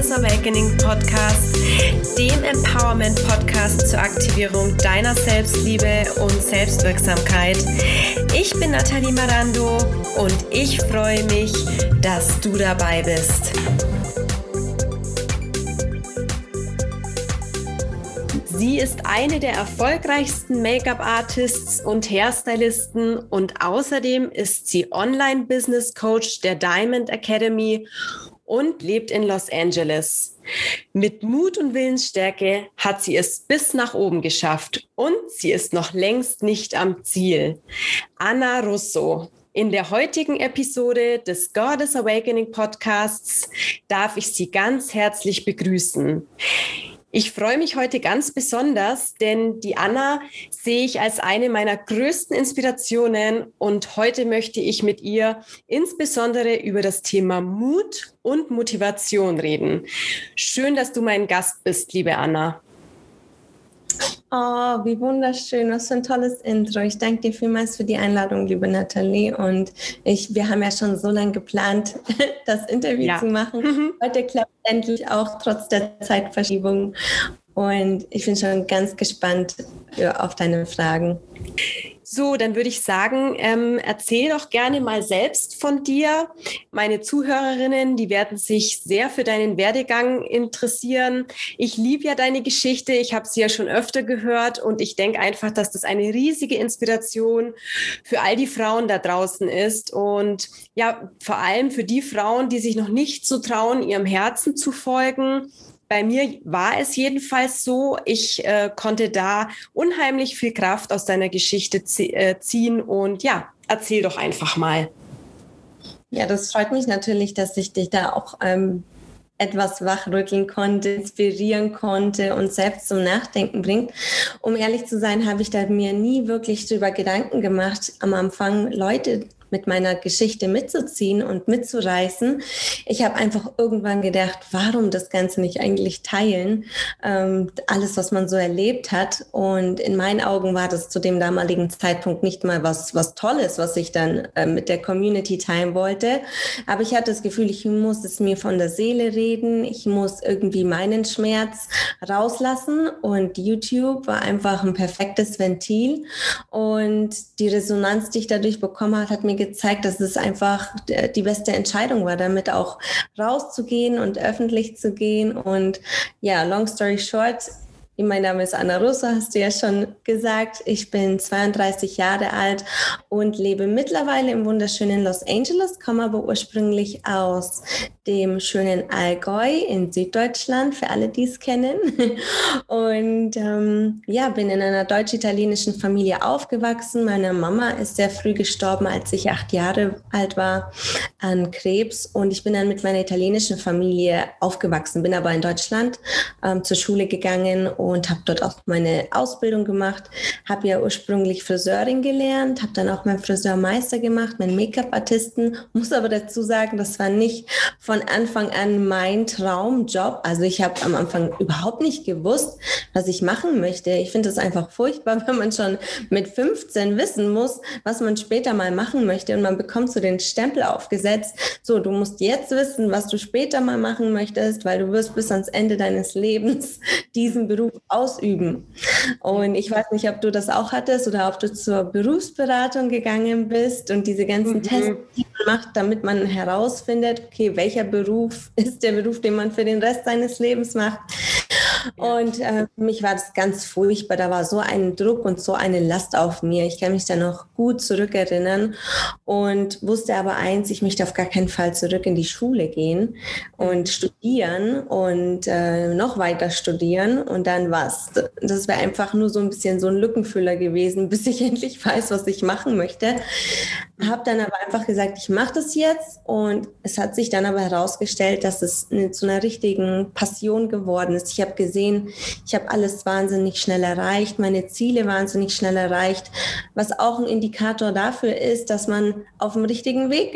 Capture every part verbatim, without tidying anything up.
Goddess Awakening Podcast, dem Empowerment-Podcast zur Aktivierung deiner Selbstliebe und Selbstwirksamkeit. Ich bin Nathalie Marando und ich freue mich, dass du dabei bist. Sie ist eine der erfolgreichsten Make-up-Artists und Hairstylisten und außerdem ist sie Online-Business-Coach der Diamond Academy und lebt in Los Angeles. Mit Mut und Willensstärke hat sie es bis nach oben geschafft und sie ist noch längst nicht am Ziel. Anna Russo. In der heutigen Episode des Goddess Awakening Podcasts darf ich Sie ganz herzlich begrüßen. Ich freue mich heute ganz besonders, denn die Anna sehe ich als eine meiner größten Inspirationen und heute möchte ich mit ihr insbesondere über das Thema Mut und Motivation reden. Schön, dass du mein Gast bist, liebe Anna. Oh, wie wunderschön, was für ein tolles Intro. Ich danke dir vielmals für die Einladung, liebe Nathalie. Und ich, wir haben ja schon so lange geplant, das Interview ja. zu machen. Mhm. Heute klappt es endlich auch, trotz der Zeitverschiebung. Und ich bin schon ganz gespannt auf deine Fragen. So, dann würde ich sagen, ähm, erzähl doch gerne mal selbst von dir. Meine Zuhörerinnen, die werden sich sehr für deinen Werdegang interessieren. Ich liebe ja deine Geschichte, ich habe sie ja schon öfter gehört und ich denke einfach, dass das eine riesige Inspiration für all die Frauen da draußen ist und ja, vor allem für die Frauen, die sich noch nicht so trauen, ihrem Herzen zu folgen. Bei mir war es jedenfalls so, ich äh, konnte da unheimlich viel Kraft aus deiner Geschichte zie- äh, ziehen und ja, erzähl doch einfach mal. Ja, das freut mich natürlich, dass ich dich da auch ähm, etwas wachrütteln konnte, inspirieren konnte und selbst zum Nachdenken bringt. Um ehrlich zu sein, habe ich da mir nie wirklich drüber Gedanken gemacht, am Anfang Leute mit meiner Geschichte mitzuziehen und mitzureißen. Ich habe einfach irgendwann gedacht, warum das Ganze nicht eigentlich teilen? Ähm, alles, was man so erlebt hat. Und in meinen Augen war das zu dem damaligen Zeitpunkt nicht mal was, was Tolles, was ich dann äh, mit der Community teilen wollte. Aber ich hatte das Gefühl, ich muss es mir von der Seele reden. Ich muss irgendwie meinen Schmerz rauslassen. Und YouTube war einfach ein perfektes Ventil. Und die Resonanz, die ich dadurch bekommen habe, hat mir gezeigt, dass es einfach die beste Entscheidung war, damit auch rauszugehen und öffentlich zu gehen. Und ja, long story short, mein Name ist Anna Russo, hast du ja schon gesagt. Ich bin zweiunddreißig Jahre alt und lebe mittlerweile im wunderschönen Los Angeles, komme aber ursprünglich aus dem schönen Allgäu in Süddeutschland, für alle, die es kennen. Und ähm, ja, bin in einer deutsch-italienischen Familie aufgewachsen. Meine Mama ist sehr früh gestorben, als ich acht Jahre alt war, an Krebs. Und ich bin dann mit meiner italienischen Familie aufgewachsen, bin aber in Deutschland ähm, zur Schule gegangen und habe dort auch meine Ausbildung gemacht. Habe ja ursprünglich Friseurin gelernt, habe dann auch meinen Friseurmeister gemacht, meinen Make-up-Artisten. Muss aber dazu sagen, das war nicht von Anfang an mein Traumjob. Also ich habe am Anfang überhaupt nicht gewusst, was ich machen möchte. Ich finde es einfach furchtbar, wenn man schon mit fünfzehn wissen muss, was man später mal machen möchte. Und man bekommt so den Stempel aufgesetzt. So, du musst jetzt wissen, was du später mal machen möchtest, weil du wirst bis ans Ende deines Lebens diesen Beruf ausüben. Und ich weiß nicht, ob du das auch hattest oder ob du zur Berufsberatung gegangen bist und diese ganzen mhm. Tests, die man macht, damit man herausfindet, okay, welcher Beruf ist der Beruf, den man für den Rest seines Lebens macht. Und äh, für mich war das ganz furchtbar. Da war so ein Druck und so eine Last auf mir. Ich kann mich da noch gut zurückerinnern und wusste aber eins, ich möchte auf gar keinen Fall zurück in die Schule gehen und studieren und äh, noch weiter studieren und dann was. Das wäre einfach nur so ein bisschen so ein Lückenfüller gewesen, bis ich endlich weiß, was ich machen möchte. Habe dann aber einfach gesagt, ich mache das jetzt und es hat sich dann aber herausgestellt, dass es zu einer richtigen Passion geworden ist. Ich habe gesehen, ich habe alles wahnsinnig schnell erreicht, meine Ziele wahnsinnig schnell erreicht, was auch ein Indikator dafür ist, dass man auf dem richtigen Weg ist.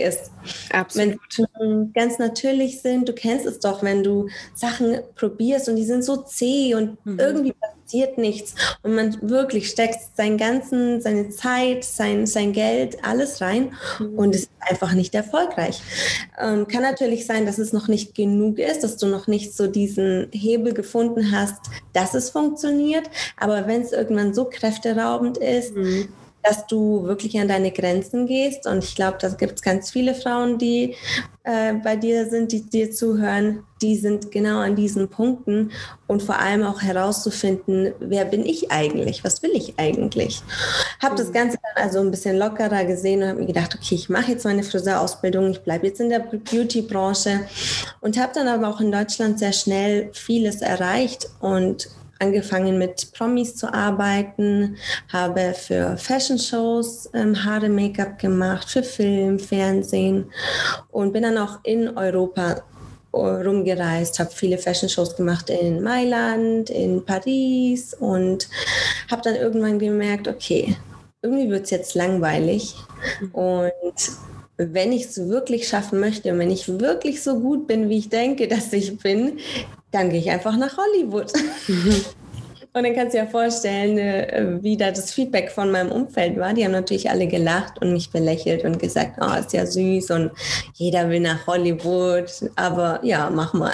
Absolut. Wenn sie ganz natürlich sind, du kennst es doch, wenn du Sachen probierst und die sind so zäh und mhm. irgendwie passiert nichts und man wirklich steckt seinen ganzen, seine Zeit, sein, sein Geld, alles rein mhm. und es ist einfach nicht erfolgreich. Ähm, kann natürlich sein, dass es noch nicht genug ist, dass du noch nicht so diesen Hebel gefunden hast, dass es funktioniert, aber wenn es irgendwann so kräfteraubend ist, mhm. dass du wirklich an deine Grenzen gehst. Und ich glaube, da gibt es ganz viele Frauen, die äh, bei dir sind, die dir zuhören, die sind genau an diesen Punkten und vor allem auch herauszufinden, wer bin ich eigentlich, was will ich eigentlich. Habe das Ganze dann also ein bisschen lockerer gesehen und habe mir gedacht, okay, ich mache jetzt meine Friseurausbildung, ich bleibe jetzt in der Beauty-Branche und habe dann aber auch in Deutschland sehr schnell vieles erreicht und angefangen mit Promis zu arbeiten, habe für Fashion-Shows ähm, Haare, Make-up gemacht, für Film, Fernsehen und bin dann auch in Europa rumgereist, habe viele Fashion-Shows gemacht in Mailand, in Paris und habe dann irgendwann gemerkt, okay, irgendwie wird es jetzt langweilig und wenn ich es wirklich schaffen möchte und wenn ich wirklich so gut bin, wie ich denke, dass ich bin, dann gehe ich einfach nach Hollywood. Mhm. Und dann kannst du dir vorstellen, wie da das Feedback von meinem Umfeld war. Die haben natürlich alle gelacht und mich belächelt und gesagt, oh, ist ja süß und jeder will nach Hollywood, aber ja, mach mal.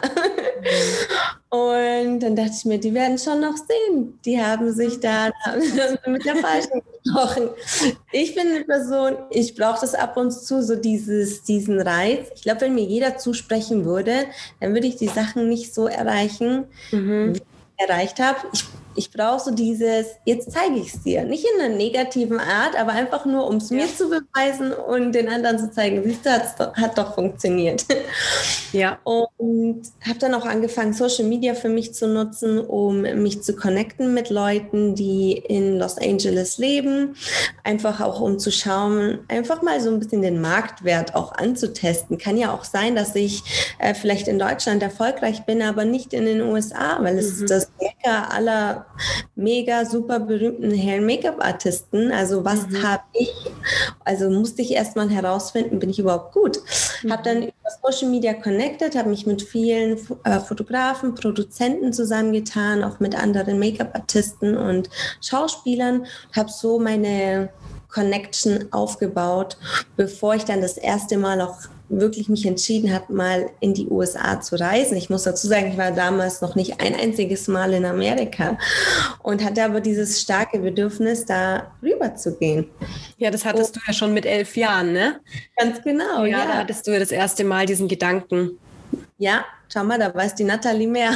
Und dann dachte ich mir, die werden schon noch sehen. Die haben sich da mit der Falschen gesprochen. Ich bin eine Person, ich brauche das ab und zu, so dieses, diesen Reiz. Ich glaube, wenn mir jeder zusprechen würde, dann würde ich die Sachen nicht so erreichen, mhm. wie ich erreicht habe. Ich Ich brauche so dieses, jetzt zeige ich es dir. Nicht in einer negativen Art, aber einfach nur, um es ja. mir zu beweisen und den anderen zu zeigen, siehst du, doch, hat doch funktioniert. Ja. Und habe dann auch angefangen, Social Media für mich zu nutzen, um mich zu connecten mit Leuten, die in Los Angeles leben. Einfach auch, um zu schauen, einfach mal so ein bisschen den Marktwert auch anzutesten. Kann ja auch sein, dass ich äh, vielleicht in Deutschland erfolgreich bin, aber nicht in den U S A, weil es mhm. das Mekka aller mega super berühmten Hair- und Make-up-Artisten. Also was mhm. habe ich? Also musste ich erstmal herausfinden, bin ich überhaupt gut? Mhm. Habe dann über Social Media connected, habe mich mit vielen äh, Fotografen, Produzenten zusammengetan, auch mit anderen Make-up-Artisten und Schauspielern. Habe so meine Connection aufgebaut, bevor ich dann das erste Mal auch wirklich mich entschieden habe, mal in die U S A zu reisen. Ich muss dazu sagen, ich war damals noch nicht ein einziges Mal in Amerika und hatte aber dieses starke Bedürfnis, da rüber zu gehen. Ja, das hattest und, du ja schon mit elf Jahren, ne? Ganz genau, ja. Ja, da hattest du ja das erste Mal diesen Gedanken. Ja, schau mal, da weiß die Nathalie mehr.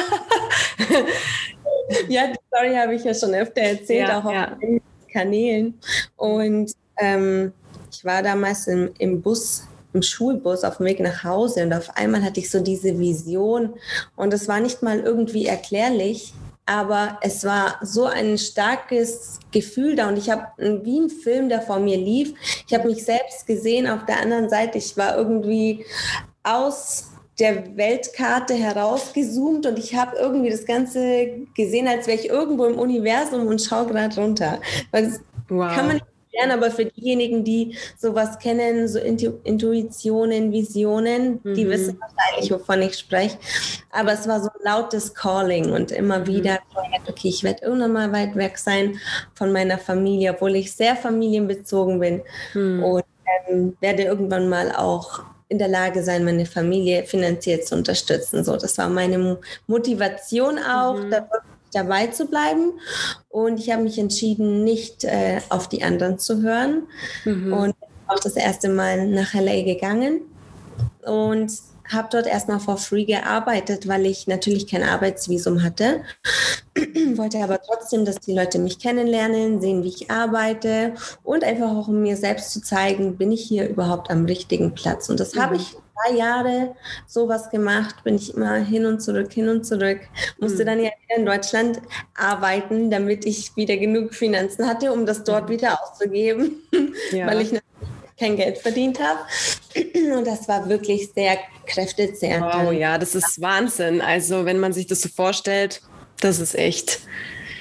Ja, die Story habe ich ja schon öfter erzählt, ja, auch auf ja. den Kanälen. Und ähm, ich war damals im, im Bus, im Schulbus auf dem Weg nach Hause und auf einmal hatte ich so diese Vision und es war nicht mal irgendwie erklärlich, aber es war so ein starkes Gefühl da und ich habe wie ein Film, der vor mir lief, ich habe mich selbst gesehen auf der anderen Seite, ich war irgendwie aus der Weltkarte herausgezoomt und ich habe irgendwie das Ganze gesehen, als wäre ich irgendwo im Universum und schaue gerade runter. Das wow. kann man nicht lernen, aber für diejenigen, die sowas kennen, so Intu- Intuitionen, Visionen, mhm. die wissen wahrscheinlich, wovon ich spreche. Aber es war so ein lautes Calling und immer mhm. wieder, okay, ich werde irgendwann mal weit weg sein von meiner Familie, obwohl ich sehr familienbezogen bin mhm. und ähm, werde irgendwann mal auch in der Lage sein, meine Familie finanziell zu unterstützen. So, das war meine Motivation auch, mhm. da dabei zu bleiben. Und ich habe mich entschieden, nicht äh, auf die anderen zu hören. Mhm. Und auch das erste Mal nach L A gegangen und habe dort erstmal for free gearbeitet, weil ich natürlich kein Arbeitsvisum hatte. Wollte aber trotzdem, dass die Leute mich kennenlernen, sehen, wie ich arbeite und einfach auch, um mir selbst zu zeigen, bin ich hier überhaupt am richtigen Platz. Und das mhm. habe ich drei Jahre sowas gemacht, bin ich immer hin und zurück, hin und zurück. Musste mhm. dann ja wieder in Deutschland arbeiten, damit ich wieder genug Finanzen hatte, um das dort mhm. wieder auszugeben, ja. weil ich kein Geld verdient habe. Und das war wirklich sehr kräftezehrend. Wow, ja, das ist Wahnsinn. Also wenn man sich das so vorstellt, das ist echt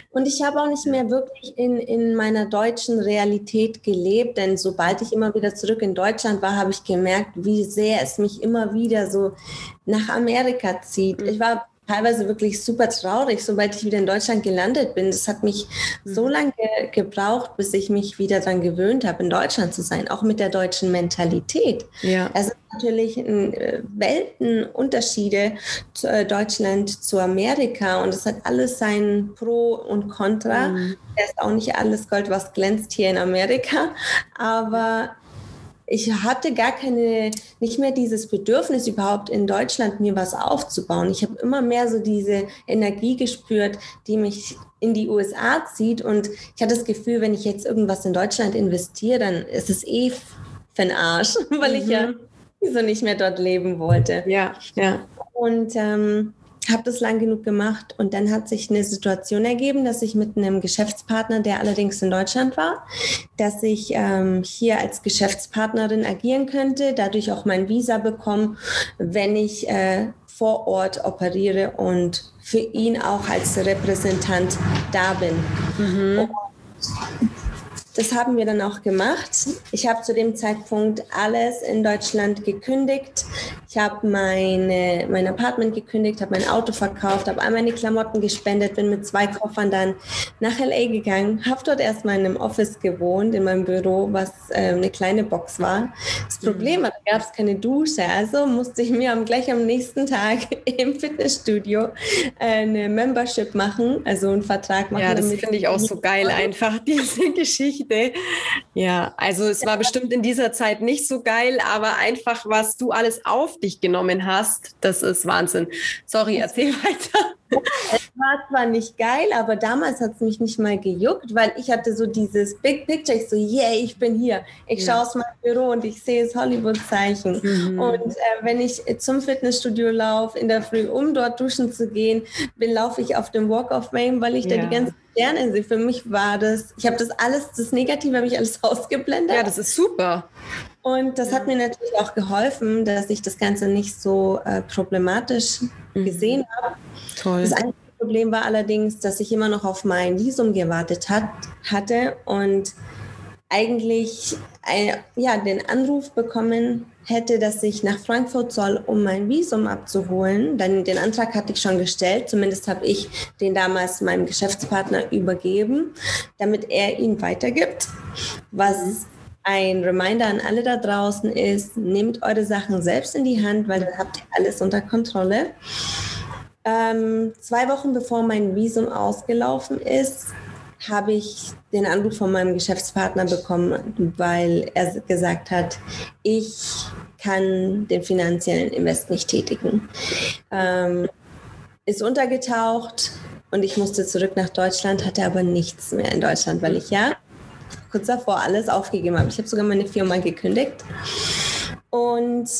Und ich habe auch nicht mehr wirklich in, in meiner deutschen Realität gelebt, denn sobald ich immer wieder zurück in Deutschland war, habe ich gemerkt, wie sehr es mich immer wieder so nach Amerika zieht. Ich war teilweise wirklich super traurig, sobald ich wieder in Deutschland gelandet bin. Das hat mich mhm. so lange gebraucht, bis ich mich wieder daran gewöhnt habe, in Deutschland zu sein, auch mit der deutschen Mentalität. Ja. Es sind natürlich Weltenunterschiede zu äh, Deutschland zu Amerika und es hat alles sein Pro und Contra. Mhm. Es ist auch nicht alles Gold, was glänzt hier in Amerika, aber ich hatte gar keine, nicht mehr dieses Bedürfnis überhaupt in Deutschland mir was aufzubauen. Ich habe immer mehr so diese Energie gespürt, die mich in die U S A zieht und ich hatte das Gefühl, wenn ich jetzt irgendwas in Deutschland investiere, dann ist es eh für den Arsch, weil mhm. ich ja so nicht mehr dort leben wollte. Ja, ja. Und ähm, habe das lang genug gemacht und dann hat sich eine Situation ergeben, dass ich mit einem Geschäftspartner, der allerdings in Deutschland war, dass ich ähm, hier als Geschäftspartnerin agieren könnte, dadurch auch mein Visa bekommen, wenn ich äh, vor Ort operiere und für ihn auch als Repräsentant da bin. Mhm. Und das haben wir dann auch gemacht. Ich habe zu dem Zeitpunkt alles in Deutschland gekündigt. Ich habe meine, mein Apartment gekündigt, habe mein Auto verkauft, habe all meine Klamotten gespendet, bin mit zwei Koffern dann nach L A gegangen, habe dort erstmal in einem Office gewohnt, in meinem Büro, was äh, eine kleine Box war. Das Problem war, da gab es keine Dusche, also musste ich mir am, gleich am nächsten Tag im Fitnessstudio äh, eine Membership machen, also einen Vertrag machen. Ja, das finde ich auch so geil einfach, diese Geschichte. Ja, also es war bestimmt in dieser Zeit nicht so geil, aber einfach, was du alles auf dich genommen hast, das ist Wahnsinn. Sorry, erzähl weiter. Es war zwar nicht geil, aber damals hat es mich nicht mal gejuckt, weil ich hatte so dieses Big Picture, ich so, yeah, ich bin hier. Ich ja. schaue aus meinem Büro und ich sehe das Hollywood-Zeichen. Mhm. Und äh, wenn ich zum Fitnessstudio laufe, in der Früh, um dort duschen zu gehen, bin, laufe ich auf dem Walk of Fame, weil ich ja. da die ganzen Sterne sehe. Für mich war das, ich habe das alles, das Negative habe ich alles ausgeblendet. Ja, das ist super. Und das ja. hat mir natürlich auch geholfen, dass ich das Ganze nicht so äh, problematisch mhm. gesehen habe. Toll. Das einzige Problem war allerdings, dass ich immer noch auf mein Visum gewartet hat, hatte und eigentlich ein, ja, den Anruf bekommen hätte, dass ich nach Frankfurt soll, um mein Visum abzuholen. Dann den Antrag hatte ich schon gestellt, zumindest habe ich den damals meinem Geschäftspartner übergeben, damit er ihn weitergibt, was ein Reminder an alle da draußen ist, nehmt eure Sachen selbst in die Hand, weil dann habt ihr alles unter Kontrolle. Ähm, zwei Wochen bevor mein Visum ausgelaufen ist, habe ich den Anruf von meinem Geschäftspartner bekommen, weil er gesagt hat, ich kann den finanziellen Invest nicht tätigen. Ähm, ist untergetaucht und ich musste zurück nach Deutschland, hatte aber nichts mehr in Deutschland, weil ich ja kurz davor alles aufgegeben habe. Ich habe sogar meine Firma gekündigt und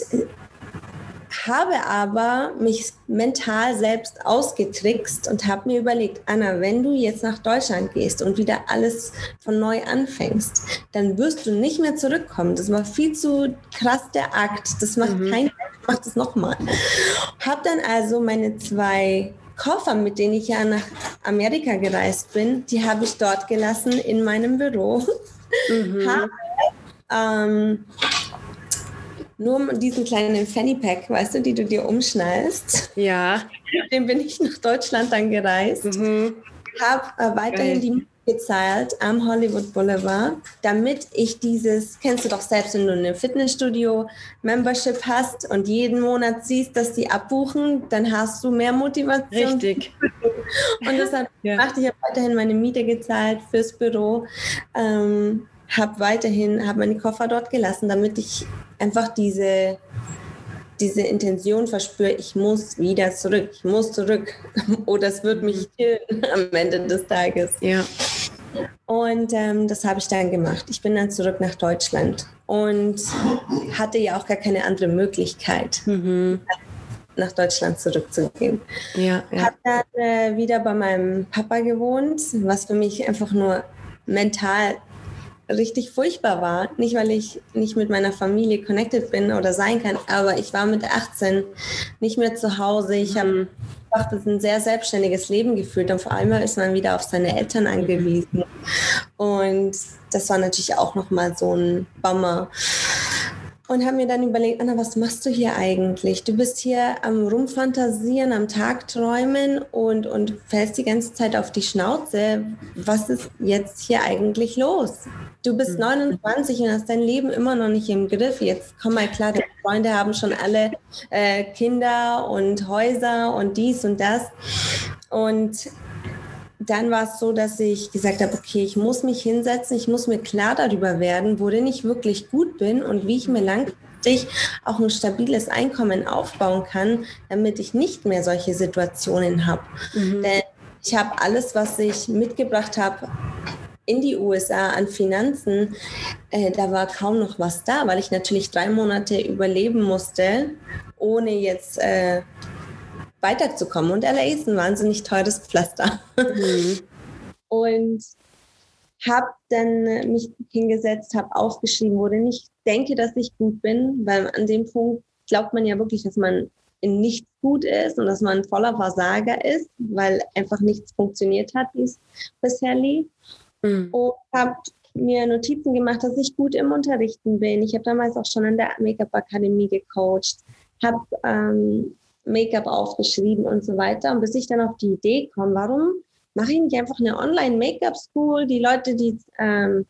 habe aber mich mental selbst ausgetrickst und habe mir überlegt, Anna, wenn du jetzt nach Deutschland gehst und wieder alles von neu anfängst, dann wirst du nicht mehr zurückkommen. Das war viel zu krass der Akt. Das macht mhm. kein Mensch, macht das nochmal. Habe dann also meine zwei Koffer, mit denen ich ja nach Amerika gereist bin, die habe ich dort gelassen in meinem Büro. Mhm. Habe ähm, nur diesen kleinen Fanny Pack, weißt du, die du dir umschnallst. Ja. Den bin ich nach Deutschland dann gereist. Mhm. Habe äh, weiterhin Geil. die Miete gezahlt am Hollywood Boulevard, damit ich dieses, kennst du doch selbst, wenn du eine Fitnessstudio-Membership hast und jeden Monat siehst, dass die abbuchen, dann hast du mehr Motivation. Richtig. Und das habe ich ja. gemacht. Ich habe weiterhin meine Miete gezahlt fürs Büro. Ähm, habe weiterhin, habe meine Koffer dort gelassen, damit ich einfach diese, diese Intention verspüre, ich muss wieder zurück, ich muss zurück oder es wird mich killen am Ende des Tages. Ja. Und ähm, das habe ich dann gemacht. Ich bin dann zurück nach Deutschland und hatte ja auch gar keine andere Möglichkeit, mhm. nach Deutschland zurückzugehen. Ja, ja. Habe dann äh, wieder bei meinem Papa gewohnt, was für mich einfach nur mental richtig furchtbar war. Nicht, weil ich nicht mit meiner Familie connected bin oder sein kann, aber ich war mit achtzehn nicht mehr zu Hause. Ich habe einfach ein sehr selbstständiges Leben geführt und vor allem ist man wieder auf seine Eltern angewiesen. Und das war natürlich auch nochmal so ein Bummer. Und habe mir dann überlegt, Anna, was machst du hier eigentlich? Du bist hier am Rumfantasieren, am Tagträumen und, und fällst die ganze Zeit auf die Schnauze. Was ist jetzt hier eigentlich los? Du bist mhm. neunundzwanzig und hast dein Leben immer noch nicht im Griff. Jetzt komm mal klar, deine Freunde haben schon alle äh, Kinder und Häuser und dies und das. Und dann war es so, dass ich gesagt habe, okay, ich muss mich hinsetzen, ich muss mir klar darüber werden, worin ich wirklich gut bin und wie ich mir langfristig auch ein stabiles Einkommen aufbauen kann, damit ich nicht mehr solche Situationen habe. Mhm. Denn ich habe alles, was ich mitgebracht habe in die U S A an Finanzen, äh, da war kaum noch was da, weil ich natürlich drei Monate überleben musste, ohne jetzt äh, weiterzukommen. Und L A ist ein wahnsinnig teures Pflaster. Mhm. Und habe dann mich hingesetzt, habe aufgeschrieben, worin ich denke, dass ich gut bin, weil an dem Punkt glaubt man ja wirklich, dass man in nichts gut ist und dass man voller Versager ist, weil einfach nichts funktioniert hat, wie es bisher lief. Mhm. Und habe mir Notizen gemacht, dass ich gut im Unterrichten bin. Ich habe damals auch schon an der Make-up-Akademie gecoacht, habe ähm, Make-up aufgeschrieben und so weiter. Und bis ich dann auf die Idee komme, warum mache ich nicht einfach eine Online-Make-up-School? Die Leute, die ähm,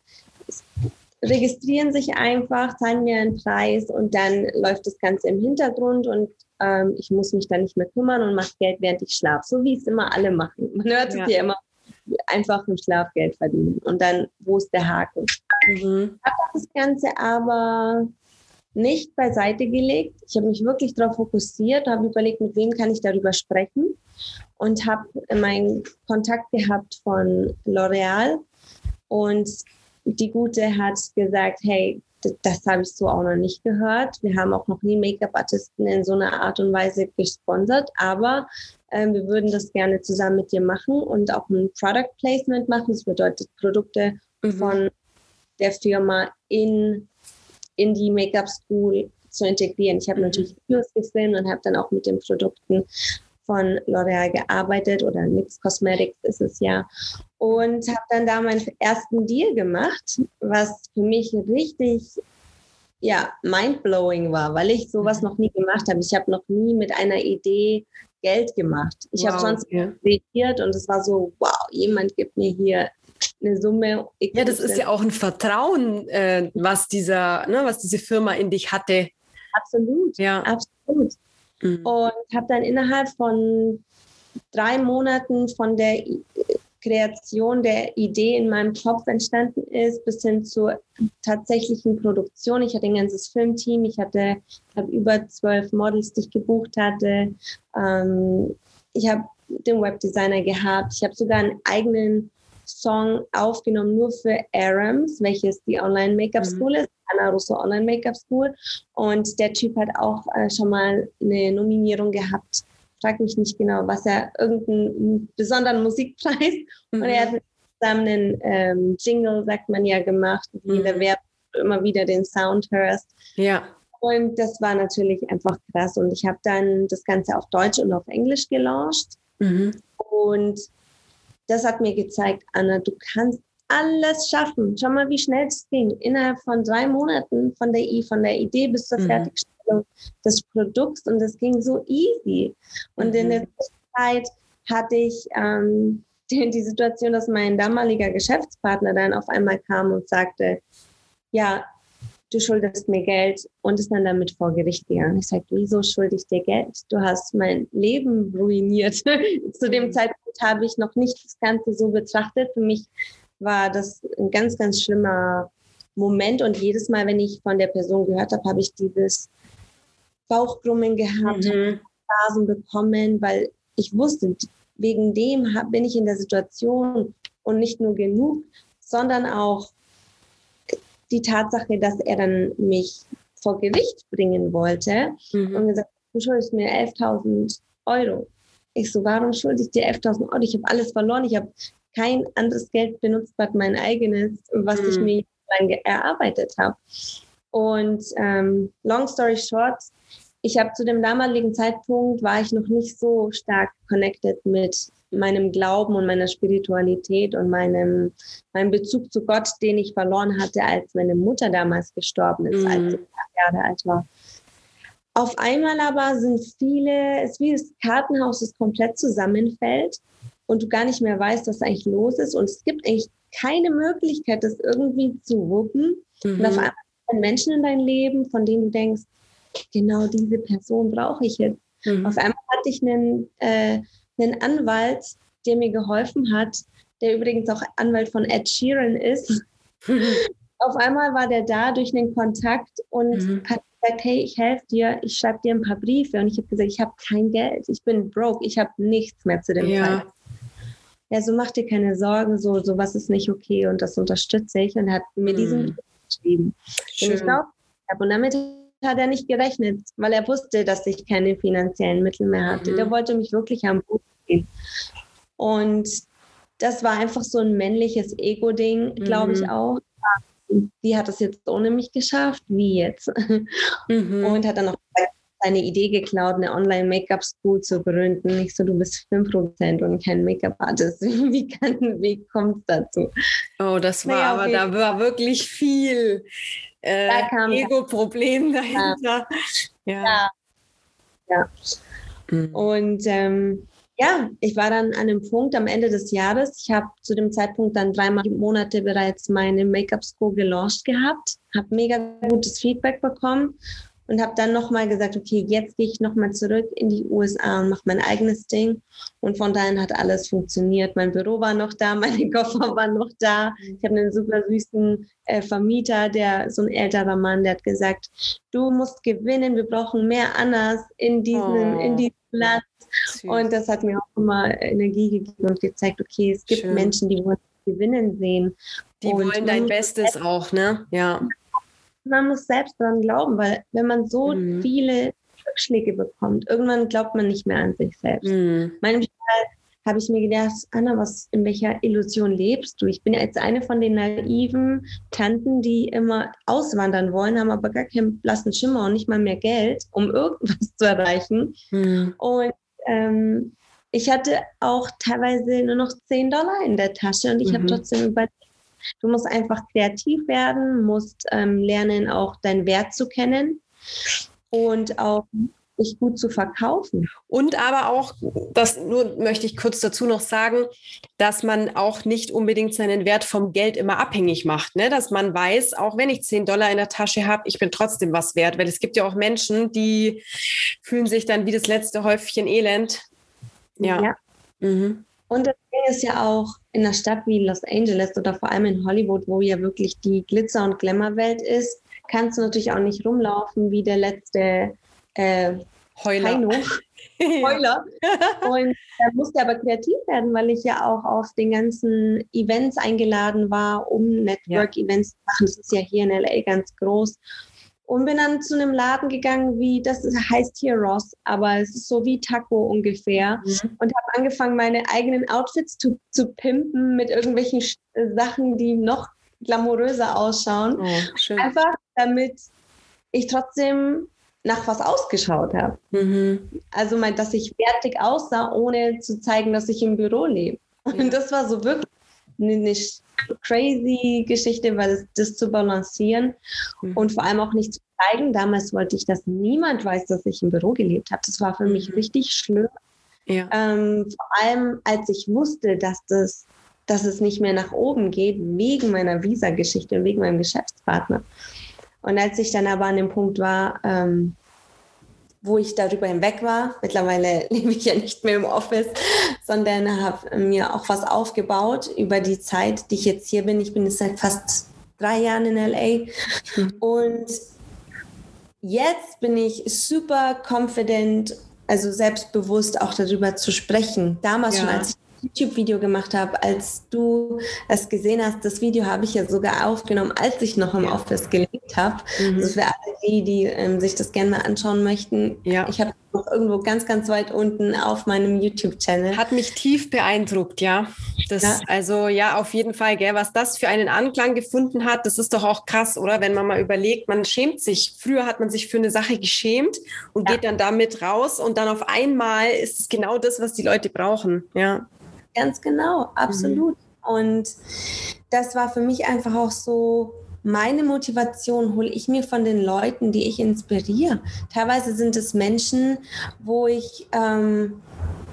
registrieren sich einfach, zahlen mir einen Preis und dann läuft das Ganze im Hintergrund und ähm, ich muss mich dann nicht mehr kümmern und mache Geld, während ich schlafe. So wie es immer alle machen. Man hört es ja immer, einfach im Schlaf Geld verdienen. Und dann, wo ist der Haken? Mhm. Ich habe das Ganze aber nicht beiseite gelegt. Ich habe mich wirklich darauf fokussiert, habe überlegt, mit wem kann ich darüber sprechen und habe meinen Kontakt gehabt von L'Oreal und die Gute hat gesagt, hey, das, das habe ich so auch noch nicht gehört. Wir haben auch noch nie Make-up-Artisten in so einer Art und Weise gesponsert, aber äh, wir würden das gerne zusammen mit dir machen und auch ein Product Placement machen. Das bedeutet, Produkte mhm. von der Firma in in die Make-up-School zu integrieren. Ich habe natürlich Videos gefilmt und habe dann auch mit den Produkten von L'Oreal gearbeitet oder N Y X Cosmetics ist es ja. Und habe dann da meinen ersten Deal gemacht, was für mich richtig ja, mindblowing war, weil ich sowas noch nie gemacht habe. Ich habe noch nie mit einer Idee Geld gemacht. Ich wow, habe sonst kreiert ja. und es war so, wow, jemand gibt mir hier eine Summe. Ja, das ist ja auch ein Vertrauen, äh, was dieser, ne, was diese Firma in dich hatte. Absolut, ja, absolut. Mhm. Und habe dann innerhalb von drei Monaten von der Kreation der Idee in meinem Kopf entstanden ist, bis hin zur tatsächlichen Produktion. Ich hatte ein ganzes Filmteam, ich hatte ich habe über zwölf Models, die ich gebucht hatte. Ähm, ich habe den Webdesigner gehabt, ich habe sogar einen eigenen Song aufgenommen, nur für Arams, welches die Online-Make-up-School mhm. ist, Anna Russo Online-Make-up-School. Und der Typ hat auch äh, schon mal eine Nominierung gehabt. Frag mich nicht genau, was er, irgendeinen besonderen Musikpreis. Mhm. Und er hat zusammen einen ähm, Jingle, sagt man ja, gemacht, wie in der Werbung immer wieder den Sound hörst. Ja. Und das war natürlich einfach krass. Und ich habe dann das Ganze auf Deutsch und auf Englisch gelauncht. Mhm. Und das hat mir gezeigt, Anna, du kannst alles schaffen. Schau mal, wie schnell es ging. Innerhalb von drei Monaten von der, I, von der Idee bis zur mhm. Fertigstellung des Produkts. Und das ging so easy. Und mhm. in der Zeit hatte ich ähm, die, die Situation, dass mein damaliger Geschäftspartner dann auf einmal kam und sagte, ja, du schuldest mir Geld und ist dann damit vor Gericht gegangen. Ich sagte, wieso schulde ich dir Geld? Du hast mein Leben ruiniert. Zu dem Zeitpunkt habe ich noch nicht das Ganze so betrachtet. Für mich war das ein ganz, ganz schlimmer Moment und jedes Mal, wenn ich von der Person gehört habe, habe ich dieses Bauchkrummeln gehabt, mhm. Blasen bekommen, weil ich wusste, wegen dem bin ich in der Situation und nicht nur genug, sondern auch die Tatsache, dass er dann mich vor Gericht bringen wollte mhm. und gesagt, du schuldest mir elftausend Euro. Ich so, warum schulde ich dir elftausend Euro? Ich habe alles verloren, ich habe kein anderes Geld benutzt, als mein eigenes, was mhm. ich mir jahrelang erarbeitet habe. Und ähm, long story short, ich habe zu dem damaligen Zeitpunkt, war ich noch nicht so stark connected mit meinem Glauben und meiner Spiritualität und meinem, meinem Bezug zu Gott, den ich verloren hatte, als meine Mutter damals gestorben ist, mm. als ich acht Jahre alt war. Auf einmal aber sind viele, es ist wie das Kartenhaus, das komplett zusammenfällt und du gar nicht mehr weißt, was eigentlich los ist. Und es gibt eigentlich keine Möglichkeit, das irgendwie zu wuppen. Mhm. Und auf einmal sind Menschen in dein Leben, von denen du denkst, genau diese Person brauche ich jetzt. Mhm. Auf einmal hatte ich einen, äh, einen Anwalt, der mir geholfen hat, der übrigens auch Anwalt von Ed Sheeran ist. Mhm. Auf einmal war der da durch einen Kontakt und mhm. hat gesagt, hey, ich helfe dir, ich schreibe dir ein paar Briefe. Und ich habe gesagt, ich habe kein Geld, ich bin broke, ich habe nichts mehr zu dem ja. Zeitpunkt. Ja, so mach dir keine Sorgen, so sowas ist nicht okay und das unterstütze ich. Und er hat mir mm. diesen Brief geschrieben. Den ich glaube, und damit hat er nicht gerechnet, weil er wusste, dass ich keine finanziellen Mittel mehr hatte. Mm. Der wollte mich wirklich am Boden gehen. Und das war einfach so ein männliches Ego-Ding, glaube mm. ich auch. Die hat es jetzt ohne mich geschafft, wie jetzt? Mhm. Und hat dann noch seine Idee geklaut, eine Online-Make-up-School zu gründen. Ich so, du bist fünf Prozent und kein Make-up-Artist. Wie, kann, wie kommt es dazu? Oh, das war naja, aber, okay. da war wirklich viel äh, Ego-Problem dahinter. Ja. Ja. ja. Mhm. Und ähm, ja, ich war dann an einem Punkt am Ende des Jahres. Ich habe zu dem Zeitpunkt dann drei Monate bereits meine Make-up-School gelauncht gehabt, habe mega gutes Feedback bekommen und habe dann nochmal gesagt, okay, jetzt gehe ich nochmal zurück in die U S A und mache mein eigenes Ding. Und von daher hat alles funktioniert. Mein Büro war noch da, meine Koffer waren noch da. Ich habe einen super süßen äh, Vermieter, der so ein älterer Mann, der hat gesagt, du musst gewinnen, wir brauchen mehr Annas in diesem, oh. in diesem Land. Süß. Und das hat mir auch immer Energie gegeben und gezeigt, okay, es gibt Schön. Menschen, die wollen gewinnen sehen. Die und wollen dein Bestes selbst, auch, ne? Ja. Man muss selbst daran glauben, weil wenn man so mhm. viele Rückschläge bekommt, irgendwann glaubt man nicht mehr an sich selbst. Mhm. In meinem Fall habe ich mir gedacht, Anna, was, in welcher Illusion lebst du? Ich bin jetzt eine von den naiven Tanten, die immer auswandern wollen, haben aber gar keinen blassen Schimmer und nicht mal mehr Geld, um irgendwas zu erreichen. Mhm. Und Ähm, ich hatte auch teilweise nur noch zehn Dollar in der Tasche und ich mhm. habe trotzdem überlegt, du musst einfach kreativ werden, musst ähm, lernen, auch deinen Wert zu kennen und auch dich gut zu verkaufen. Und aber auch, das nur möchte ich kurz dazu noch sagen, dass man auch nicht unbedingt seinen Wert vom Geld immer abhängig macht, ne? Dass man weiß, auch wenn ich zehn Dollar in der Tasche habe, ich bin trotzdem was wert, weil es gibt ja auch Menschen, die fühlen sich dann wie das letzte Häufchen Elend. Ja. ja. Mhm. Und das Ding ist ja auch in einer Stadt wie Los Angeles oder vor allem in Hollywood, wo ja wirklich die Glitzer- und Glamour-Welt ist, kannst du natürlich auch nicht rumlaufen wie der letzte Äh, Heuler. Heuler. Und da musste aber kreativ werden, weil ich ja auch auf den ganzen Events eingeladen war, um Network-Events ja. zu machen. Das ist ja hier in L A ganz groß. Und bin dann zu einem Laden gegangen, wie, das heißt hier Ross, aber es ist so wie Taco ungefähr. Mhm. Und habe angefangen, meine eigenen Outfits zu, zu pimpen mit irgendwelchen Sachen, die noch glamouröser ausschauen. Oh, schön. Einfach damit ich trotzdem nach was ausgeschaut habe. Mhm. Also, mein, dass ich wertig aussah, ohne zu zeigen, dass ich im Büro lebe. Ja. Und das war so wirklich eine, eine crazy Geschichte, weil das, das zu balancieren mhm. und vor allem auch nicht zu zeigen. Damals wollte ich, dass niemand weiß, dass ich im Büro gelebt habe. Das war für mhm. mich richtig schlimm. Ja. Ähm, vor allem, als ich wusste, dass, das, dass es nicht mehr nach oben geht, wegen meiner Visa-Geschichte und wegen meinem Geschäftspartner. Und als ich dann aber an dem Punkt war, ähm, wo ich darüber hinweg war, mittlerweile lebe ich ja nicht mehr im Office, sondern habe mir auch was aufgebaut über die Zeit, die ich jetzt hier bin. Ich bin jetzt seit fast drei Jahren in L A. Mhm. Und jetzt bin ich super confident, also selbstbewusst auch darüber zu sprechen. Damals ja. schon, als ich YouTube-Video gemacht habe, als du es gesehen hast, das Video habe ich ja sogar aufgenommen, als ich noch im ja. Office gelebt habe. Mhm. Also für alle die, die ähm, sich das gerne mal anschauen möchten, ja. ich habe noch irgendwo ganz, ganz weit unten auf meinem YouTube-Channel. Hat mich tief beeindruckt, ja. Das, ja. Also ja, auf jeden Fall, gell, was das für einen Anklang gefunden hat, das ist doch auch krass, oder? Wenn man mal überlegt, man schämt sich. Früher hat man sich für eine Sache geschämt und ja. geht dann damit raus und dann auf einmal ist es genau das, was die Leute brauchen, ja. Ganz genau, absolut. Mhm. Und das war für mich einfach auch so, meine Motivation hole ich mir von den Leuten, die ich inspiriere. Teilweise sind es Menschen, wo ich ähm,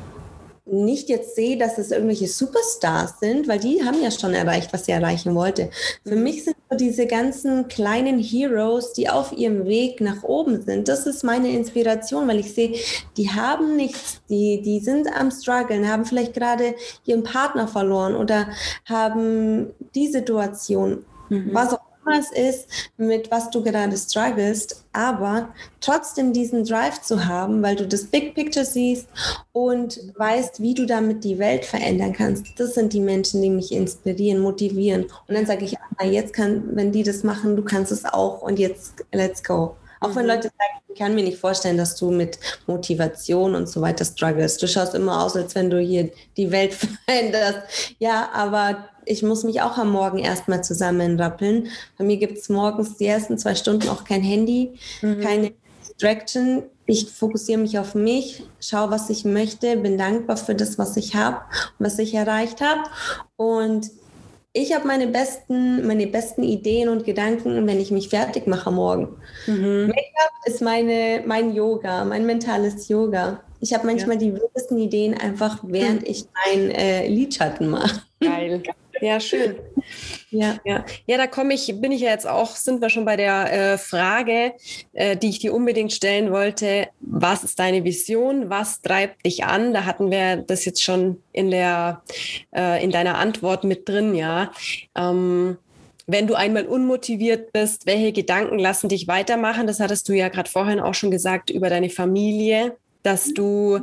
nicht jetzt sehe, dass es irgendwelche Superstars sind, weil die haben ja schon erreicht, was sie erreichen wollte. Für mhm. mich sind so diese ganzen kleinen Heroes, die auf ihrem Weg nach oben sind. Das ist meine Inspiration, weil ich sehe, die haben nichts, die, die sind am struggeln, haben vielleicht gerade ihren Partner verloren oder haben die Situation, mhm. was auch es ist, mit was du gerade strugglest, aber trotzdem diesen Drive zu haben, weil du das Big Picture siehst und weißt, wie du damit die Welt verändern kannst. Das sind die Menschen, die mich inspirieren, motivieren. Und dann sage ich, ah, jetzt kann, wenn die das machen, du kannst es auch und jetzt let's go. Auch mhm. wenn Leute sagen, ich kann mir nicht vorstellen, dass du mit Motivation und so weiter struggles. Du schaust immer aus, als wenn du hier die Welt veränderst. Ja, aber ich muss mich auch am Morgen erstmal zusammenrappeln. Bei mir gibt es morgens die ersten zwei Stunden auch kein Handy, mhm. keine Distraction. Ich fokussiere mich auf mich, schaue, was ich möchte, bin dankbar für das, was ich habe und was ich erreicht habe. Und ich habe meine besten, meine besten Ideen und Gedanken, wenn ich mich fertig mache morgen. Mhm. Make-up ist meine, mein Yoga, mein mentales Yoga. Ich habe manchmal ja. die wildesten Ideen einfach, während mhm. ich mein äh, Lidschatten mache. Geil. Ja, schön. Ja, ja. Ja, da komme ich, bin ich ja jetzt auch, sind wir schon bei der äh, Frage, äh, die ich dir unbedingt stellen wollte. Was ist deine Vision? Was treibt dich an? Da hatten wir das jetzt schon in der, äh, in deiner Antwort mit drin, ja. Ähm, wenn du einmal unmotiviert bist, welche Gedanken lassen dich weitermachen? Das hattest du ja gerade vorhin auch schon gesagt über deine Familie, dass du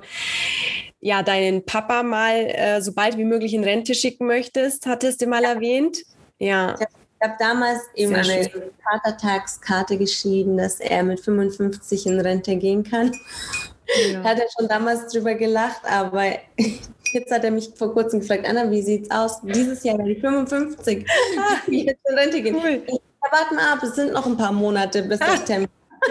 ja deinen Papa mal äh, so bald wie möglich in Rente schicken möchtest, hattest du mal ja. erwähnt. Ja. Ich habe damals ihm eine Vatertagskarte geschrieben, dass er mit fünfundfünfzig in Rente gehen kann. Ja. Hat er schon damals drüber gelacht, aber jetzt hat er mich vor kurzem gefragt, Anna, wie sieht's aus? Dieses Jahr werde ich fünfundfünfzig. Wie ich jetzt in Rente gehen. Cool. Ich, warte mal ab, es sind noch ein paar Monate bis ah. September.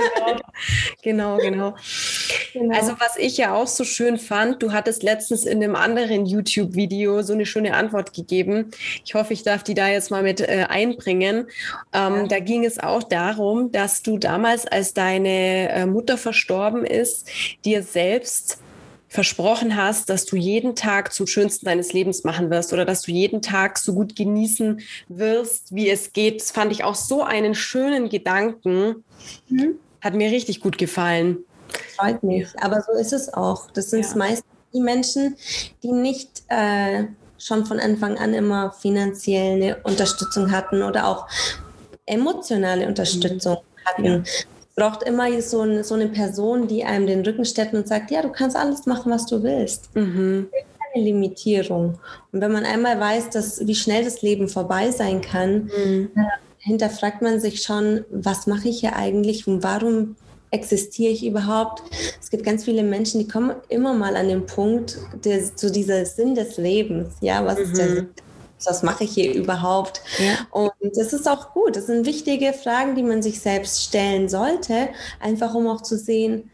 Genau, genau, genau. Also was ich ja auch so schön fand, du hattest letztens in einem anderen YouTube-Video so eine schöne Antwort gegeben. Ich hoffe, ich darf die da jetzt mal mit äh, einbringen. Ähm, ja. Da ging es auch darum, dass du damals, als deine äh, Mutter verstorben ist, dir selbst versprochen hast, dass du jeden Tag zum Schönsten deines Lebens machen wirst oder dass du jeden Tag so gut genießen wirst, wie es geht. Das fand ich auch so einen schönen Gedanken. Mhm. Hat mir richtig gut gefallen. Freut mich, aber so ist es auch. Das sind ja. meist die Menschen, die nicht äh, schon von Anfang an immer finanziell eine Unterstützung hatten oder auch emotionale Unterstützung mhm. hatten. Ja. Braucht immer so eine, so eine Person, die einem den Rücken stärkt und sagt, ja, du kannst alles machen, was du willst. Mhm. Keine Limitierung. Und wenn man einmal weiß, dass, wie schnell das Leben vorbei sein kann, mhm. äh, hinterfragt man sich schon, was mache ich hier eigentlich und warum existiere ich überhaupt? Es gibt ganz viele Menschen, die kommen immer mal an den Punkt, der, so dieser Sinn des Lebens. Ja, was mhm. ist der Sinn? Was mache ich hier überhaupt? Ja. Und das ist auch gut. Das sind wichtige Fragen, die man sich selbst stellen sollte, einfach um auch zu sehen,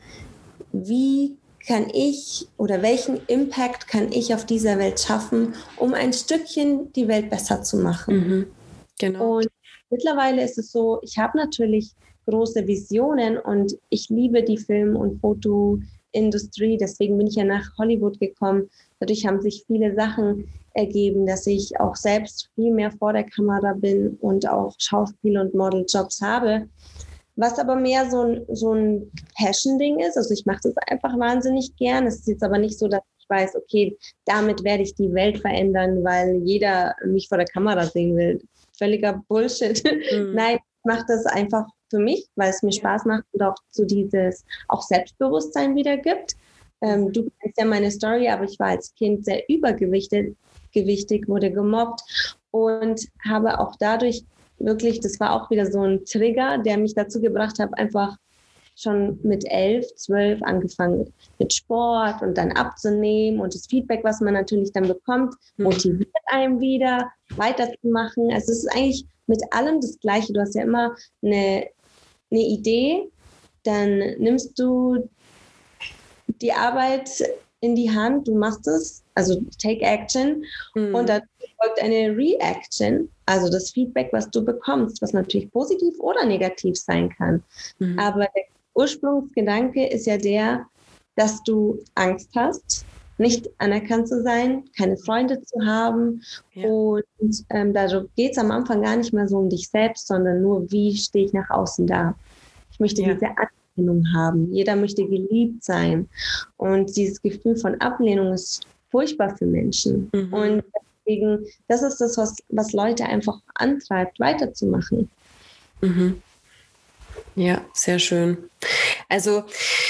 wie kann ich oder welchen Impact kann ich auf dieser Welt schaffen, um ein Stückchen die Welt besser zu machen. Mhm. Genau. Und mittlerweile ist es so, ich habe natürlich große Visionen und ich liebe die Film- und Fotoindustrie. Deswegen bin ich ja nach Hollywood gekommen. Dadurch haben sich viele Sachen ergeben, dass ich auch selbst viel mehr vor der Kamera bin und auch Schauspiel- und Modeljobs habe. Was aber mehr so ein, so ein Passion-Ding ist. Also ich mache das einfach wahnsinnig gern. Es ist jetzt aber nicht so, dass ich weiß, okay, damit werde ich die Welt verändern, weil jeder mich vor der Kamera sehen will. Völliger Bullshit. Mhm. Nein, ich mache das einfach für mich, weil es mir Spaß macht und auch so dieses auch Selbstbewusstsein wieder gibt. Ähm, du kennst ja meine Story, aber ich war als Kind sehr übergewichtig, gewichtig, wurde gemobbt und habe auch dadurch wirklich, das war auch wieder so ein Trigger, der mich dazu gebracht hat, einfach schon mit elf, zwölf angefangen mit Sport und dann abzunehmen und das Feedback, was man natürlich dann bekommt, motiviert einem wieder weiterzumachen. Also es ist eigentlich mit allem das Gleiche. Du hast ja immer eine, eine Idee, dann nimmst du die Arbeit in die Hand, du machst es, also take action mhm. und dann folgt eine Reaction, also das Feedback, was du bekommst, was natürlich positiv oder negativ sein kann. Mhm. Aber der Ursprungsgedanke ist ja der, dass du Angst hast, nicht anerkannt zu sein, keine Freunde zu haben. Ja. Und ähm, da geht es am Anfang gar nicht mehr so um dich selbst, sondern nur, wie stehe ich nach außen da. Ich möchte ja. diese Anerkennung haben. Jeder möchte geliebt sein. Und dieses Gefühl von Ablehnung ist furchtbar für Menschen. Mhm. Und deswegen, das ist das, was, was Leute einfach antreibt, weiterzumachen. Mhm. Ja, sehr schön. Also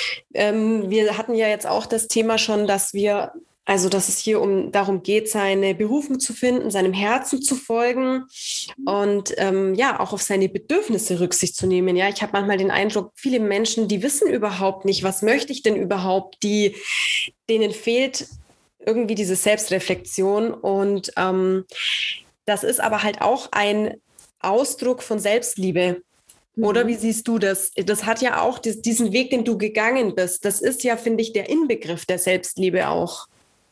ähm, wir hatten ja jetzt auch das Thema schon, dass wir, also dass es hier um darum geht, seine Berufung zu finden, seinem Herzen zu folgen und ähm, ja, auch auf seine Bedürfnisse Rücksicht zu nehmen. Ja, ich habe manchmal den Eindruck, viele Menschen, die wissen überhaupt nicht, was möchte ich denn überhaupt, die, denen fehlt irgendwie diese Selbstreflexion und ähm, das ist aber halt auch ein Ausdruck von Selbstliebe. Oder wie siehst du das? Das hat ja auch das, diesen Weg, den du gegangen bist. Das ist ja, finde ich, der Inbegriff der Selbstliebe auch.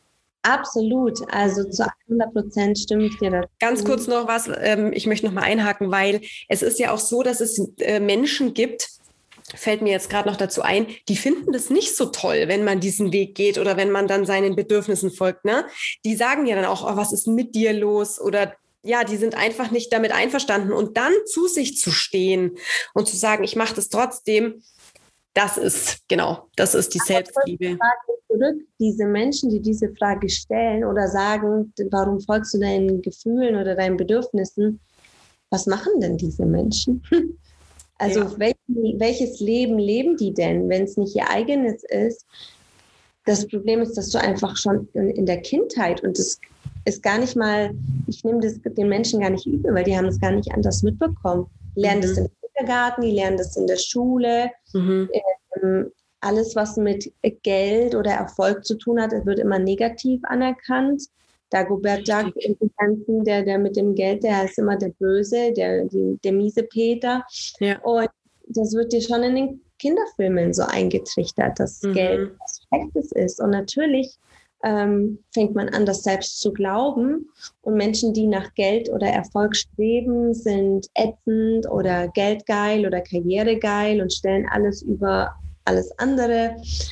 Absolut. Also zu hundert Prozent stimme ich dir dazu. Ganz kurz noch was. Ähm, ich möchte noch mal einhaken, weil es ist ja auch so, dass es äh, Menschen gibt, fällt mir jetzt gerade noch dazu ein, die finden das nicht so toll, wenn man diesen Weg geht oder wenn man dann seinen Bedürfnissen folgt. Ne? Die sagen ja dann auch, oh, was ist mit dir los? Oder ja, die sind einfach nicht damit einverstanden. Und dann zu sich zu stehen und zu sagen, ich mache das trotzdem, das ist, genau, das ist die Aber Selbstliebe. Frage zurück, diese Menschen, die diese Frage stellen oder sagen, warum folgst du deinen Gefühlen oder deinen Bedürfnissen, was machen denn diese Menschen? Also ja. welch, welches Leben leben die denn, wenn es nicht ihr eigenes ist? Das Problem ist, dass du einfach schon in, in der Kindheit und das ist gar nicht mal, ich nehme das den Menschen gar nicht übel, weil die haben es gar nicht anders mitbekommen. Die lernen mhm. das im Kindergarten, die lernen das in der Schule. Mhm. Ähm, alles, was mit Geld oder Erfolg zu tun hat, wird immer negativ anerkannt. Dagobert Duck, der, der mit dem Geld, der ist immer der Böse, der, die, der miese Peter. Ja. Und das wird dir schon in den Kinderfilmen so eingetrichtert, dass mhm. Geld was Schlechtes ist. Und natürlich ähm, fängt man an, das selbst zu glauben. Und Menschen, die nach Geld oder Erfolg streben, sind ätzend oder geldgeil oder karrieregeil und stellen alles über alles andere.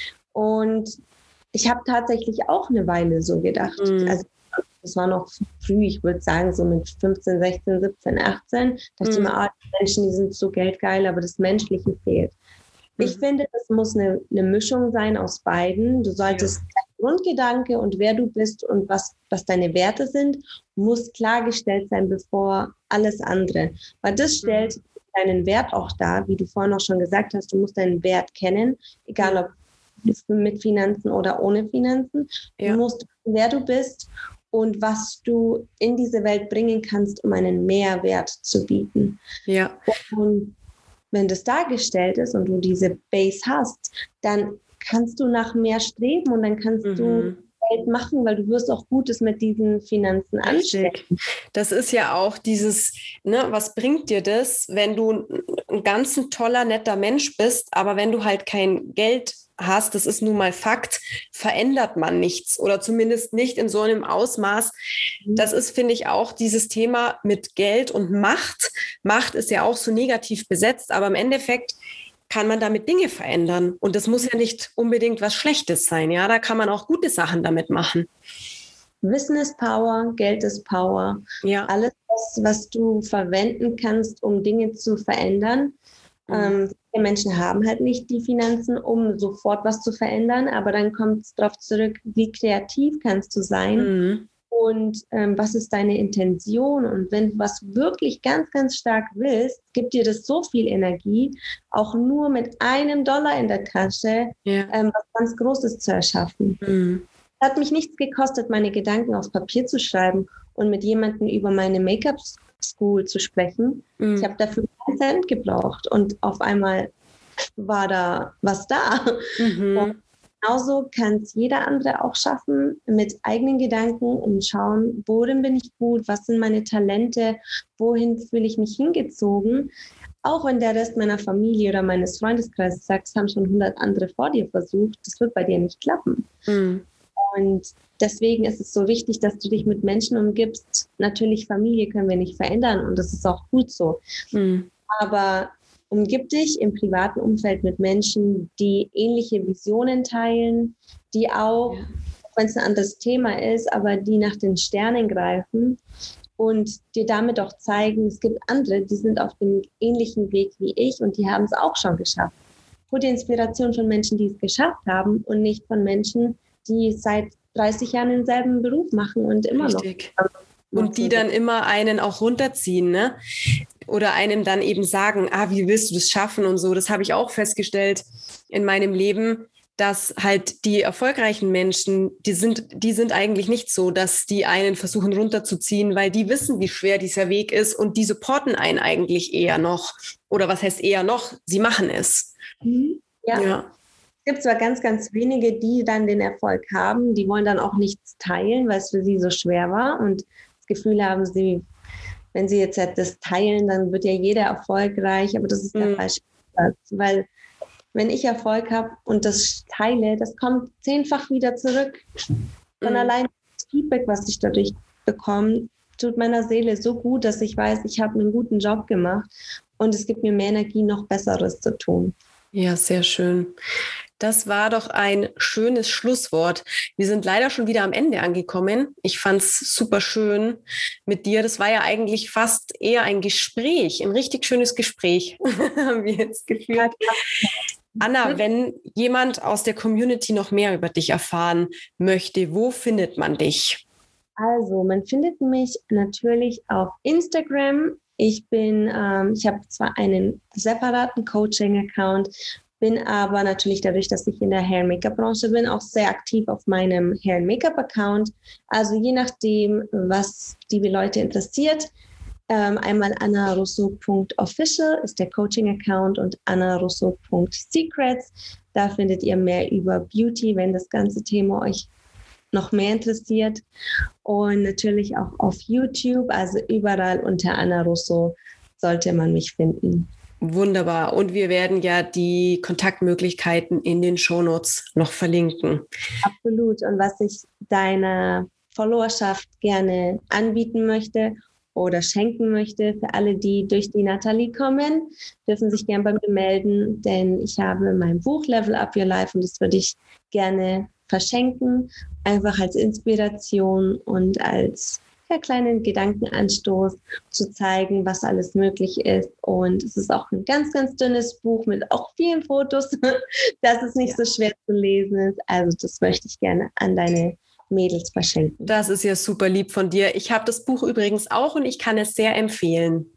Und ich habe tatsächlich auch eine Weile so gedacht. Mhm. Also das war noch früh, ich würde sagen so mit fünfzehn, sechzehn, siebzehn, achtzehn. Da dachte ich mir, ah, die Menschen, die sind so geldgeil, aber das Menschliche fehlt. Mhm. Ich finde, das muss eine, eine Mischung sein aus beiden. Du solltest, ja. dein Grundgedanke und wer du bist und was, was deine Werte sind, muss klargestellt sein, bevor alles andere. Weil das stellt mhm. deinen Wert auch dar, wie du vorhin auch schon gesagt hast, du musst deinen Wert kennen, egal ob mit Finanzen oder ohne Finanzen. Ja. Du musst wissen, wer du bist und was du in diese Welt bringen kannst, um einen Mehrwert zu bieten. Ja. Und wenn das dargestellt ist und du diese Base hast, dann kannst du nach mehr streben und dann kannst mhm. du Geld machen, weil du wirst auch Gutes mit diesen Finanzen anstellen. Das ist ja auch dieses, ne, was bringt dir das, wenn du ein ganz ein toller, netter Mensch bist, aber wenn du halt kein Geld hast, das ist nun mal Fakt, verändert man nichts oder zumindest nicht in so einem Ausmaß. Das ist, finde ich, auch dieses Thema mit Geld und Macht. Macht ist ja auch so negativ besetzt, aber im Endeffekt kann man damit Dinge verändern. Und das muss ja nicht unbedingt was Schlechtes sein. Ja, da kann man auch gute Sachen damit machen. Wissen ist Power, Geld ist Power. Ja. Alles, was, was du verwenden kannst, um Dinge zu verändern. Mhm. Ähm, die Menschen haben halt nicht die Finanzen, um sofort was zu verändern. Aber dann kommt es darauf zurück, wie kreativ kannst du sein. Mhm. Und ähm, was ist deine Intention? Und wenn du was wirklich ganz, ganz stark willst, gibt dir das so viel Energie, auch nur mit einem Dollar in der Tasche ja. ähm, was ganz Großes zu erschaffen. Mhm. Es hat mich nichts gekostet, meine Gedanken aufs Papier zu schreiben und mit jemandem über meine Make-up-School zu sprechen. Mhm. Ich habe dafür keinen Cent gebraucht und auf einmal war da was da. Mhm. Und genauso kann es jeder andere auch schaffen, mit eigenen Gedanken und schauen, worin bin ich gut, was sind meine Talente, wohin fühle ich mich hingezogen. Auch wenn der Rest meiner Familie oder meines Freundeskreises sagt, es haben schon hundert andere vor dir versucht, das wird bei dir nicht klappen. Mhm. Und deswegen ist es so wichtig, dass du dich mit Menschen umgibst. Natürlich, Familie können wir nicht verändern und das ist auch gut so. Mhm. Aber umgib dich im privaten Umfeld mit Menschen, die ähnliche Visionen teilen, die auch, ja. wenn es ein anderes Thema ist, aber die nach den Sternen greifen und dir damit auch zeigen, es gibt andere, die sind auf dem ähnlichen Weg wie ich und die haben es auch schon geschafft. Hol dir Inspiration von Menschen, die es geschafft haben und nicht von Menschen, die seit dreißig Jahren denselben Beruf machen und immer Richtig. noch. Und die dann immer einen auch runterziehen, ne? Oder einem dann eben sagen, ah, wie willst du das schaffen und so. Das habe ich auch festgestellt in meinem Leben, dass halt die erfolgreichen Menschen, die sind, die sind eigentlich nicht so, dass die einen versuchen runterzuziehen, weil die wissen, wie schwer dieser Weg ist und die supporten einen eigentlich eher noch. Oder was heißt eher noch? Sie machen es. Mhm. Ja. ja. Es gibt zwar ganz, ganz wenige, die dann den Erfolg haben, die wollen dann auch nichts teilen, weil es für sie so schwer war und das Gefühl haben, sie, wenn sie jetzt das teilen, dann wird ja jeder erfolgreich, aber das ist der mhm. falsche Ansatz, weil wenn ich Erfolg habe und das teile, das kommt zehnfach wieder zurück. Von mhm. allein das Feedback, was ich dadurch bekomme, tut meiner Seele so gut, dass ich weiß, ich habe einen guten Job gemacht und es gibt mir mehr Energie, noch Besseres zu tun. Ja, sehr schön. Das war doch ein schönes Schlusswort. Wir sind leider schon wieder am Ende angekommen. Ich fand es super schön mit dir. Das war ja eigentlich fast eher ein Gespräch, ein richtig schönes Gespräch haben wir jetzt geführt. Anna, wenn jemand aus der Community noch mehr über dich erfahren möchte, wo findet man dich? Also, man findet mich natürlich auf Instagram. Ich bin, ähm, ich habe zwar einen separaten Coaching-Account, bin aber natürlich dadurch, dass ich in der Hair-Make-up-Branche bin, auch sehr aktiv auf meinem Hair-Make-up-Account. Also je nachdem, was die Leute interessiert, ähm, einmal anna russo punkt official ist der Coaching-Account und anna russo punkt secrets. Da findet ihr mehr über Beauty, wenn das ganze Thema euch noch mehr interessiert. Und natürlich auch auf YouTube, also überall unter Anna Russo sollte man mich finden. Wunderbar. Und wir werden ja die Kontaktmöglichkeiten in den Shownotes noch verlinken. Absolut. Und was ich deiner Followerschaft gerne anbieten möchte oder schenken möchte, für alle, die durch die Nathalie kommen, dürfen sich gerne bei mir melden, denn ich habe mein Buch Level Up Your Life und das würde ich gerne verschenken, einfach als Inspiration und als ja, kleinen Gedankenanstoß zu zeigen, was alles möglich ist. Und es ist auch ein ganz, ganz dünnes Buch mit auch vielen Fotos, dass es nicht so schwer zu lesen ist. Also das möchte ich gerne an deine Mädels verschenken. Das ist ja super lieb von dir. Ich habe das Buch übrigens auch und ich kann es sehr empfehlen.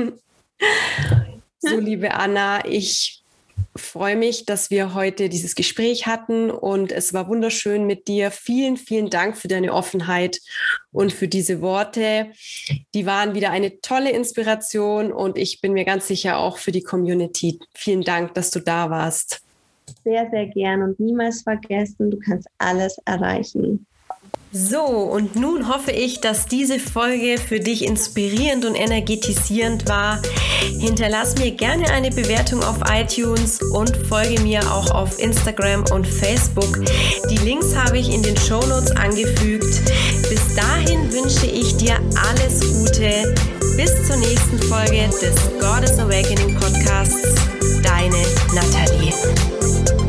So, liebe Anna, ich freue mich, dass wir heute dieses Gespräch hatten und es war wunderschön mit dir. Vielen, vielen Dank für deine Offenheit und für diese Worte. Die waren wieder eine tolle Inspiration und ich bin mir ganz sicher auch für die Community. Vielen Dank, dass du da warst. Sehr, sehr gern und niemals vergessen, du kannst alles erreichen. So, und nun hoffe ich, dass diese Folge für dich inspirierend und energetisierend war. Hinterlass mir gerne eine Bewertung auf iTunes und folge mir auch auf Instagram und Facebook. Die Links habe ich in den Shownotes angefügt. Bis dahin wünsche ich dir alles Gute. Bis zur nächsten Folge des Goddess Awakening Podcasts. Deine Nathalie.